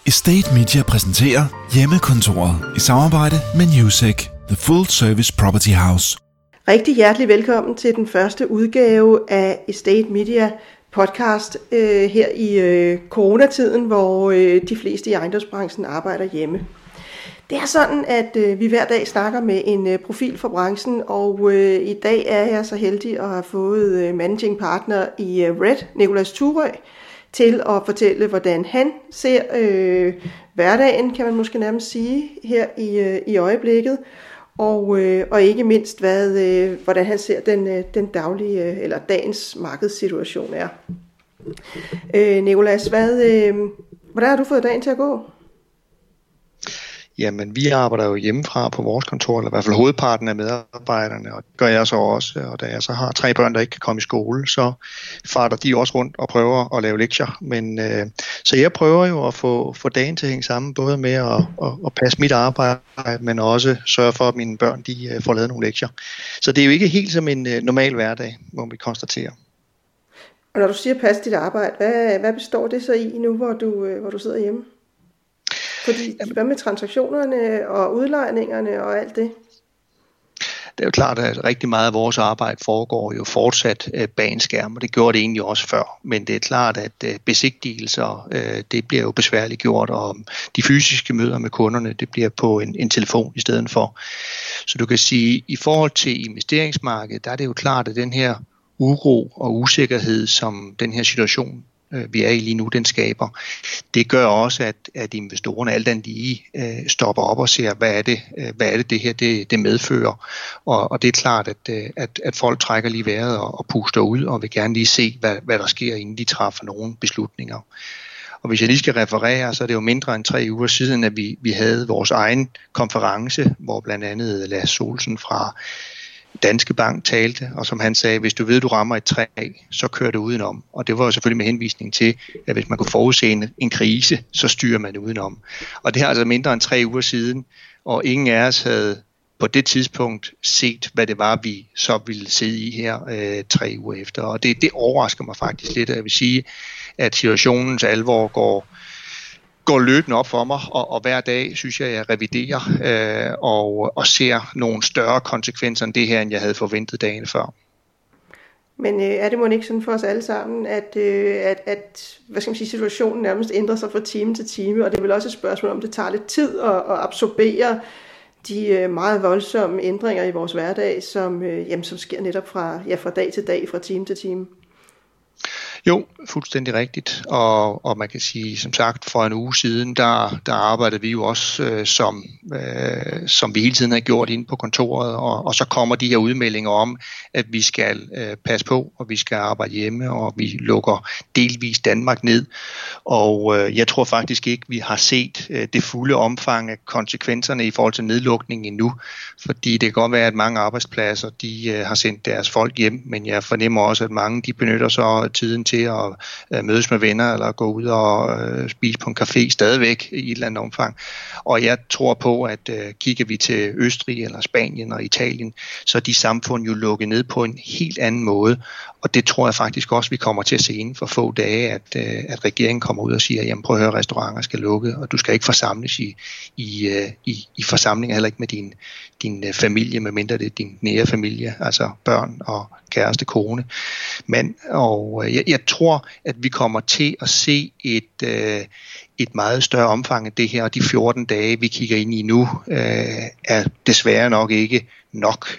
Estate Media præsenterer Hjemmekontoret i samarbejde med Newsec, The Full Service Property House. Rigtig hjertelig velkommen til den første udgave af Estate Media podcast her i coronatiden, hvor de fleste i ejendomsbranchen arbejder hjemme. Det er sådan, at vi hver dag snakker med en profil fra branchen, og i dag er jeg så heldig at have fået managing partner i Red, Nicolas Thurø, til at fortælle, hvordan han ser hverdagen, kan man måske nærmest sige, her i øjeblikket, og ikke mindst, hvordan han ser den daglige, eller dagens markedssituation er. Nicolas, hvordan har du fået dagen til at gå? Jamen, vi arbejder jo hjemmefra på vores kontor, eller i hvert fald hovedparten af medarbejderne, og det gør jeg så også. Og da jeg så har 3 børn, der ikke kan komme i skole, så farter de også rundt og prøver at lave lektier. Så jeg prøver jo at få dagen til at hænge sammen, både med at passe mit arbejde, men også sørge for, at mine børn de får lavet nogle lektier. Så det er jo ikke helt som en normal hverdag, må vi konstatere. Og når du siger passe dit arbejde, hvad består det så i nu, hvor du sidder hjemme? Fordi hvad med transaktionerne og udlejningerne og alt det? Det er jo klart, at rigtig meget af vores arbejde foregår jo fortsat bag en skærm, og det gjorde det egentlig også før. Men det er klart, at besigtigelser, det bliver jo besværligt gjort, og de fysiske møder med kunderne, det bliver på en telefon i stedet for. Så du kan sige, i forhold til investeringsmarkedet, der er det jo klart, at den her uro og usikkerhed, som den her situation vi er i lige nu, den skaber. Det gør også, at investorerne alt andet lige stopper op og ser, hvad er det her det medfører. Og det er klart, at folk trækker lige vejret og puster ud og vil gerne lige se, hvad der sker, inden de træffer nogle beslutninger. Og hvis jeg lige skal referere, så er det jo mindre end 3 uger siden, at vi havde vores egen konference, hvor blandt andet Lars Solsen fra Danske Bank talte, og som han sagde, hvis du ved, du rammer et træ, så kører det udenom. Og det var jo selvfølgelig med henvisning til, at hvis man kunne forudse en krise, så styrer man udenom. Og det er altså mindre end 3 uger siden, og ingen af os havde på det tidspunkt set, hvad det var, vi så ville sidde i her 3 uger efter. Og det overrasker mig faktisk lidt, at jeg vil sige, at situationens alvor går løbende op for mig, og hver dag synes jeg reviderer og ser nogle større konsekvenser end det her, end jeg havde forventet dagen før. Men er det måske ikke sådan for os alle sammen, at hvad skal man sige, situationen nærmest ændrer sig fra time til time, og det er vel også et spørgsmål om, det tager lidt tid at absorbere de meget voldsomme ændringer i vores hverdag, som sker netop fra dag til dag, fra time til time? Jo, fuldstændig rigtigt, og man kan sige, som sagt, for en uge siden, der arbejdede vi jo også som vi hele tiden har gjort inde på kontoret, og så kommer de her udmeldinger om, at vi skal passe på, og vi skal arbejde hjemme, og vi lukker delvis Danmark ned, og jeg tror faktisk ikke, vi har set det fulde omfang af konsekvenserne i forhold til nedlukningen endnu, fordi det kan godt være, at mange arbejdspladser, de har sendt deres folk hjem, men jeg fornemmer også, at mange, de benytter så tiden til at mødes med venner eller gå ud og spise på en café stadigvæk i et eller andet omfang. Og jeg tror på, at kigger vi til Østrig eller Spanien og Italien, så er de samfund jo lukket ned på en helt anden måde. Og det tror jeg faktisk også, vi kommer til at se inden for få dage, at regeringen kommer ud og siger, jamen prøv at høre, restauranter skal lukke, og du skal ikke forsamles i forsamlinger, heller ikke med din familie, medmindre det er din nære familie, altså børn og kæreste, kone. Og jeg tror, at vi kommer til at se et meget større omfang af det her, og de 14 dage, vi kigger ind i nu, er desværre nok ikke nok.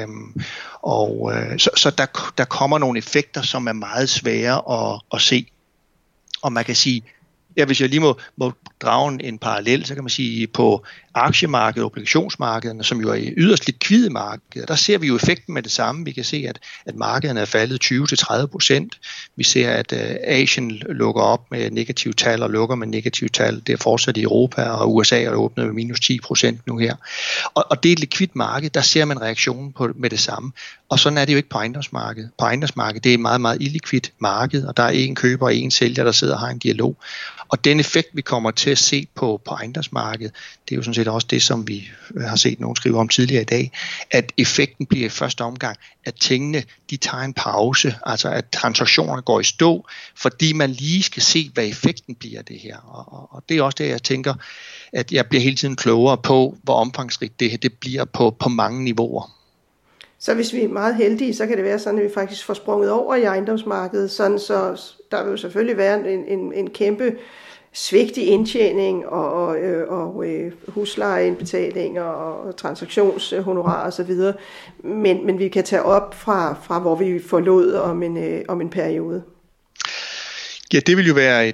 Så der kommer nogle effekter, som er meget svære at se. Og man kan sige, hvis jeg lige må drage en parallel, så kan man sige, på aktiemarkedet og obligationsmarkederne, som jo er yderst likvide markeder, der ser vi jo effekten med det samme. Vi kan se, at markederne er faldet 20-30%. Vi ser, at Asien lukker op med negative tal og lukker med negative tal. Det er fortsat i Europa, og USA er åbnet med minus 10% nu her. Og det er et likvidt marked, der ser man reaktionen med det samme. Og sådan er det jo ikke på ejendomsmarkedet. På ejendomsmarkedet, det er et meget, meget illikvidt marked, og der er en køber og en sælger, der sidder og har en dialog. Og den effekt, vi kommer til at se på ejendomsmarkedet, det er jo sådan set også det, som vi har set nogen skrive om tidligere i dag, at effekten bliver i første omgang, at tingene de tager en pause, altså at transaktionerne går i stå, fordi man lige skal se, hvad effekten bliver af det her. Og det er også det, jeg tænker, at jeg bliver hele tiden klogere på, hvor omfangsrigt det her det bliver på mange niveauer. Så hvis vi er meget heldige, så kan det være sådan, at vi faktisk får sprunget over i ejendomsmarkedet, sådan så der vil jo selvfølgelig være en kæmpe svigt i indtjening og huslejeindbetaling og transaktionshonorar osv., men vi kan tage op fra hvor vi forlod om en periode. Ja, det vil jo være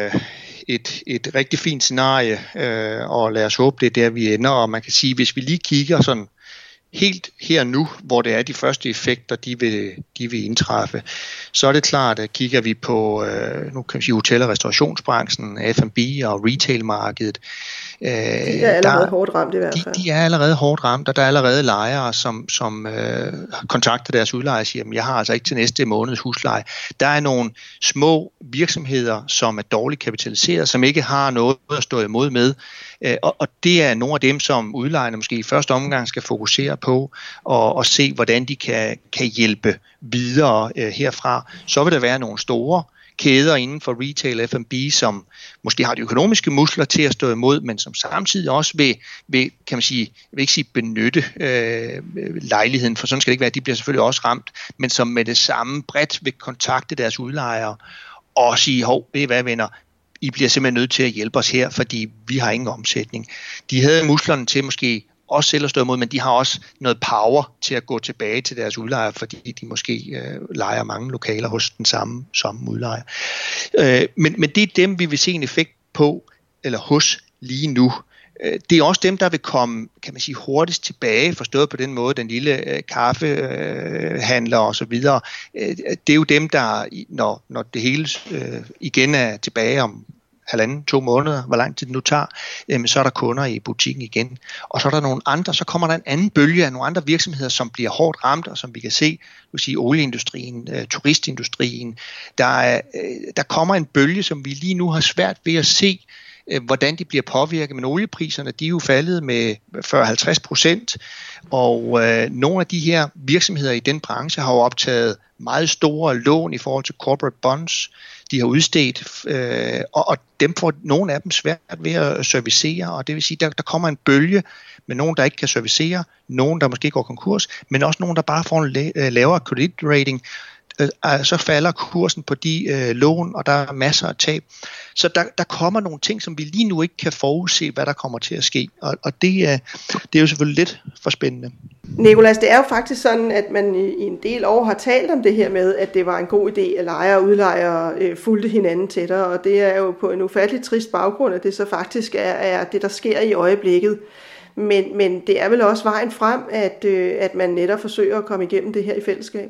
et rigtig fint scenarie, og lad os håbe, det er der, vi ender. Og man kan sige, hvis vi lige kigger sådan helt her nu, hvor det er de første effekter, de vil indtræffe, så er det klart, at kigger vi på nu kan vi sige hotel- og restaurationsbranchen, F&B og retailmarkedet. De er allerede hårdt ramt i hvert fald. De er allerede hårdt ramt, og der er allerede lejere, som kontakter deres udlejer og siger, at jeg har altså ikke til næste måneds husleje. Der er nogle små virksomheder, som er dårligt kapitaliseret, som ikke har noget at stå imod med. Og det er nogle af dem, som udlejerne måske i første omgang skal fokusere på og se, hvordan de kan hjælpe videre herfra. Så vil der være nogle store kæder inden for retail og F&B, som måske har de økonomiske muskler til at stå imod, men som samtidig også vil kan man sige, jeg vil ikke sige benytte lejligheden, for sådan skal det ikke være, de bliver selvfølgelig også ramt, men som med det samme bredt vil kontakte deres udlejere og sige, hov, ved I hvad, venner, I bliver simpelthen nødt til at hjælpe os her, fordi vi har ingen omsætning. De havde musklerne til måske også selv at stå imod, men de har også noget power til at gå tilbage til deres udlejer, fordi de måske lejer mange lokaler hos den samme udlejer. Men det er dem, vi vil se en effekt på, eller hos lige nu. Det er også dem, der vil komme, kan man sige, hurtigst tilbage, forstået på den måde, den lille kaffehandler og så videre. Det er jo dem, der, når det hele igen er tilbage om 1,5-2 måneder, hvor lang tid det nu tager, så er der kunder i butikken igen. Og så er der nogle andre, så kommer der en anden bølge af nogle andre virksomheder, som bliver hårdt ramt, og som vi kan se, olieindustrien, turistindustrien. Der kommer en bølge, som vi lige nu har svært ved at se, hvordan de bliver påvirket, men oliepriserne de er jo faldet med 40-50%, og nogle af de her virksomheder i den branche har jo optaget meget store lån i forhold til corporate bonds, de har udstedt, og dem får nogle af dem svært ved at servicere, og det vil sige, der kommer en bølge med nogen, der ikke kan servicere, nogen, der måske går konkurs, men også nogen, der bare får en lavere kreditrating. Så falder kursen på de lån, og der er masser af tab. Så der kommer nogle ting, som vi lige nu ikke kan forudse, hvad der kommer til at ske. Og det er jo selvfølgelig lidt for spændende. Nicolas, det er jo faktisk sådan, at man i en del år har talt om det her med, at det var en god idé, at lejere og udlejere fulgte hinanden tættere. Og det er jo på en ufattelig trist baggrund, at det så faktisk er det, der sker i øjeblikket. Men det er vel også vejen frem, at man netop forsøger at komme igennem det her i fællesskab.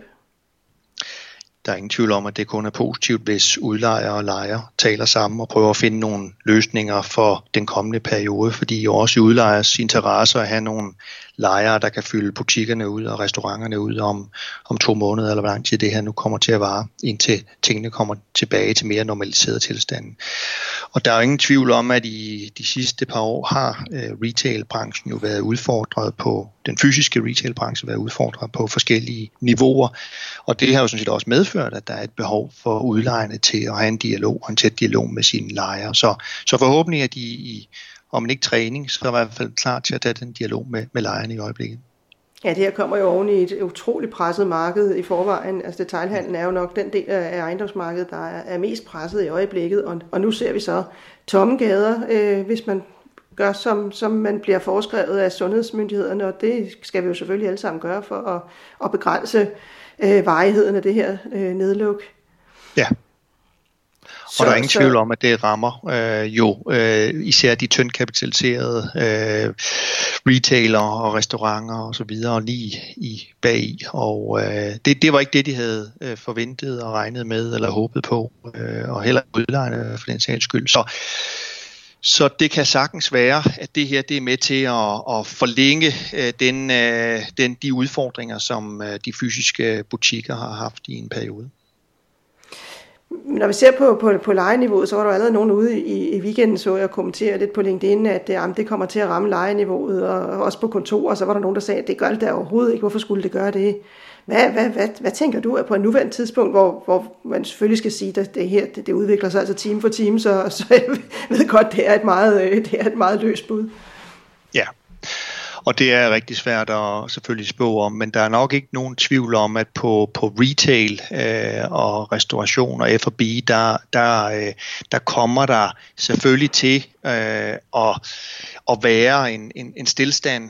Der er ingen tvivl om, at det kun er positivt, hvis udlejere og lejer taler sammen og prøver at finde nogle løsninger for den kommende periode, fordi jo også i udlejers interesse at have nogle lejere, der kan fylde butikkerne ud og restauranterne ud om 2 måneder, eller hvor lang tid det her nu kommer til at vare, indtil tingene kommer tilbage til mere normaliseret tilstand. Og der er jo ingen tvivl om, at i de sidste par år har retailbranchen jo været udfordret på, den fysiske retailbranche været udfordret på forskellige niveauer, og det har jo sådan set også medført, at der er et behov for udlejerne til at have en dialog og en tæt dialog med sine lejere. Så forhåbentlig er de om ikke træning, så er i hvert fald klar til at tage den dialog med lejerne i øjeblikket. Ja, det her kommer jo oven i et utroligt presset marked i forvejen. Altså detailhandlen er jo nok den del af ejendomsmarkedet, der er mest presset i øjeblikket. Og nu ser vi så tomme gader, hvis man gør, som man bliver foreskrevet af sundhedsmyndighederne. Og det skal vi jo selvfølgelig alle sammen gøre for at begrænse varigheden af det her nedluk. Ja. Og der er ingen tvivl om, at det rammer især de tyndt kapitaliserede retailer og restauranter og så videre lige bagi. Og det var ikke det, de havde forventet og regnet med eller håbet på, og heller udlejerne for den sags skyld. Så det kan sagtens være, at det her det er med til at forlænge de udfordringer, som de fysiske butikker har haft i en periode. Når vi ser på lejeniveauet, så var der allerede nogen ude i weekenden, så jeg kommentere lidt på LinkedIn, at det kommer til at ramme lejeniveauet, og også på kontorer, så var der nogen, der sagde, at det gør det der overhovedet ikke. Hvorfor skulle det gøre det? Hvad tænker du på et nuværende tidspunkt, hvor man selvfølgelig skal sige, at det udvikler sig altså time for time, så jeg ved godt, det er et meget løst bud. Ja. Og det er rigtig svært at selvfølgelig spå om, men der er nok ikke nogen tvivl om, at på retail og restauration og F&B, der kommer der selvfølgelig til at være en stillstand,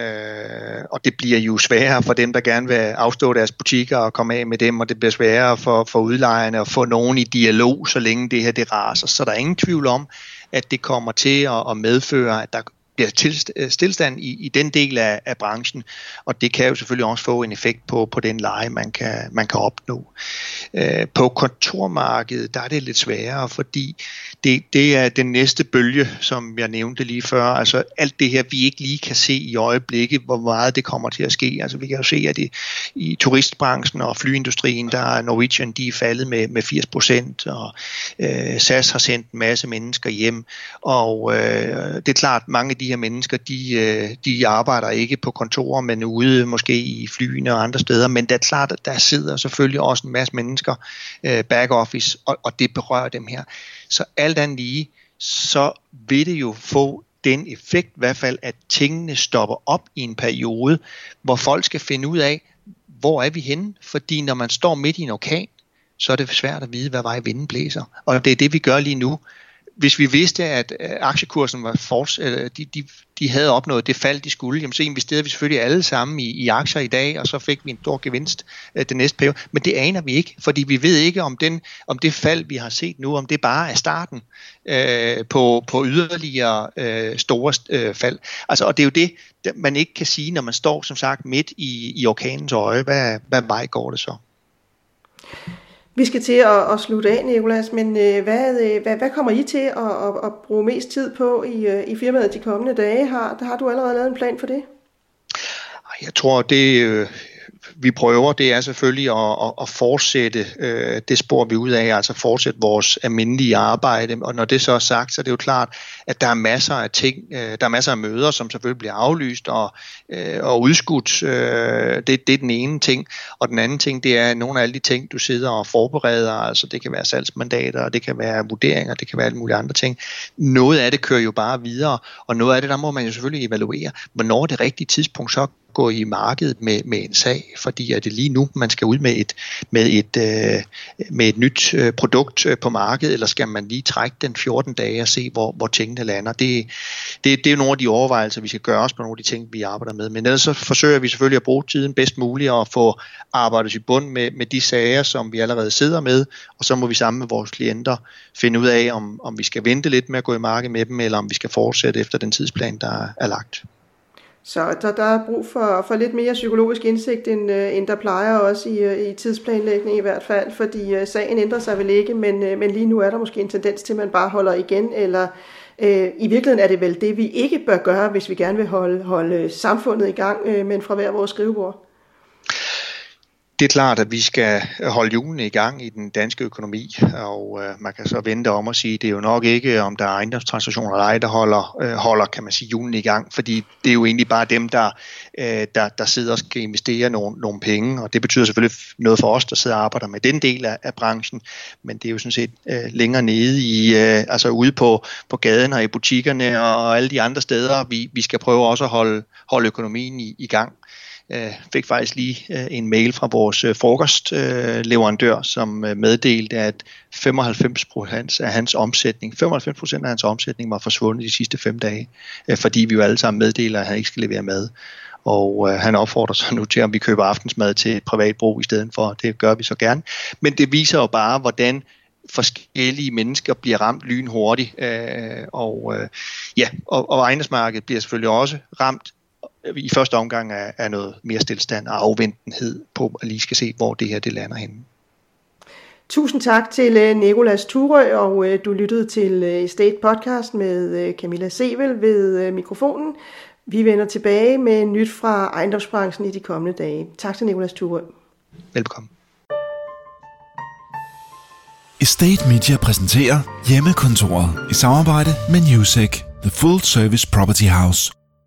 og det bliver jo sværere for dem, der gerne vil afstå deres butikker og komme af med dem, og det bliver sværere for udlejerne at få nogen i dialog, så længe det her det raser. Så der er ingen tvivl om, at det kommer til at medføre, at der bliver stillstand i den del af branchen, og det kan jo selvfølgelig også få en effekt på den leje, man kan opnå. På kontormarkedet, der er det lidt sværere, fordi det er den næste bølge, som jeg nævnte lige før, altså alt det her, vi ikke lige kan se i øjeblikket, hvor meget det kommer til at ske. Altså vi kan jo se, at i turistbranchen og flyindustrien, der er Norwegian, de er faldet med 80%, og SAS har sendt en masse mennesker hjem, og det er klart, mange af de her mennesker, de arbejder ikke på kontorer, men ude måske i flyene og andre steder, men det er klart, at der sidder selvfølgelig også en masse mennesker back office, og det berører dem her. Så alt andet lige, så vil det jo få den effekt i hvert fald, at tingene stopper op i en periode, hvor folk skal finde ud af, hvor er vi henne? Fordi når man står midt i en orkan, så er det svært at vide, hvad vej vinden blæser. Og det er det, vi gør lige nu. Hvis vi vidste, at aktiekursen var de havde opnået det fald, de skulle, jamen så investerede vi selvfølgelig alle sammen i aktier i dag, og så fik vi en stor gevinst den næste periode. Men det aner vi ikke, fordi vi ved ikke, om det fald, vi har set nu, om det bare er starten på yderligere store fald. Altså, og det er jo det, man ikke kan sige, når man står, som sagt, midt i orkanens øje. Hvad vej går det så? Vi skal til at slutte af, Nicolas, men hvad kommer I til at bruge mest tid på i firmaet de kommende dage? Har du allerede lavet en plan for det? Jeg tror, det vi prøver, det er selvfølgelig at fortsætte det spor, vi er ud af, altså fortsætte vores almindelige arbejde. Og når det så er sagt, så er det jo klart, at der er masser af ting, der er masser af møder, som selvfølgelig bliver aflyst og udskudt. Det er den ene ting. Og den anden ting, det er nogle af alle de ting, du sidder og forbereder. Altså det kan være salgsmandater, det kan være vurderinger, det kan være alle mulige andre ting. Noget af det kører jo bare videre, og noget af det, der må man jo selvfølgelig evaluere. Hvornår er det rigtige tidspunkt så gå i markedet med en sag, fordi er det lige nu, man skal ud med et nyt produkt på markedet, eller skal man lige trække den 14 dage og se, hvor tingene lander. Det er jo nogle af de overvejelser, vi skal gøre os på nogle af de ting, vi arbejder med. Men ellers så forsøger vi selvfølgelig at bruge tiden bedst muligt og få arbejdet i bund med de sager, som vi allerede sidder med, og så må vi sammen med vores klienter finde ud af, om vi skal vente lidt med at gå i markedet med dem, eller om vi skal fortsætte efter den tidsplan, der er lagt. Så der er brug for lidt mere psykologisk indsigt, end der plejer også i tidsplanlægning i hvert fald, fordi sagen ændrer sig vel ikke, men lige nu er der måske en tendens til, at man bare holder igen, eller i virkeligheden er det vel det, vi ikke bør gøre, hvis vi gerne vil holde samfundet i gang, men fra hver vores skrivebord. Det er klart, at vi skal holde hjulene i gang i den danske økonomi, og man kan så vente om at sige, at det er jo nok ikke, om der er ejendomstransaktioner eller ej, der holder, kan man sige, hjulene i gang, fordi det er jo egentlig bare dem, der sidder og skal investere nogle penge, og det betyder selvfølgelig noget for os, der sidder og arbejder med den del af branchen, men det er jo sådan set længere nede altså ude på gaden og i butikkerne og alle de andre steder, vi skal prøve også at holde økonomien i gang. Fik faktisk lige en mail fra vores frokostleverandør, som meddelte, at 95% af hans omsætning var forsvundet de sidste 5 dage, fordi vi jo alle sammen meddeler, at han ikke skal levere mad. Og han opfordrer så nu til, om vi køber aftensmad til et privat brug i stedet for. Det gør vi så gerne. Men det viser jo bare, hvordan forskellige mennesker bliver ramt lynhurtigt. Og ejendomsmarkedet bliver selvfølgelig også ramt i første omgang er noget mere stillestand og afventenhed på, at lige skal se, hvor det her det lander henne. Tusind tak til Nicolas Thurø, og du lyttede til Estate Podcast med Camilla Sevel ved mikrofonen. Vi vender tilbage med nyt fra ejendomsbranchen i de kommende dage. Tak til Nicolas Thurø. Velkommen. Estate Media præsenterer Hjemmekontoret i samarbejde med Newsec, The Full Service Property House.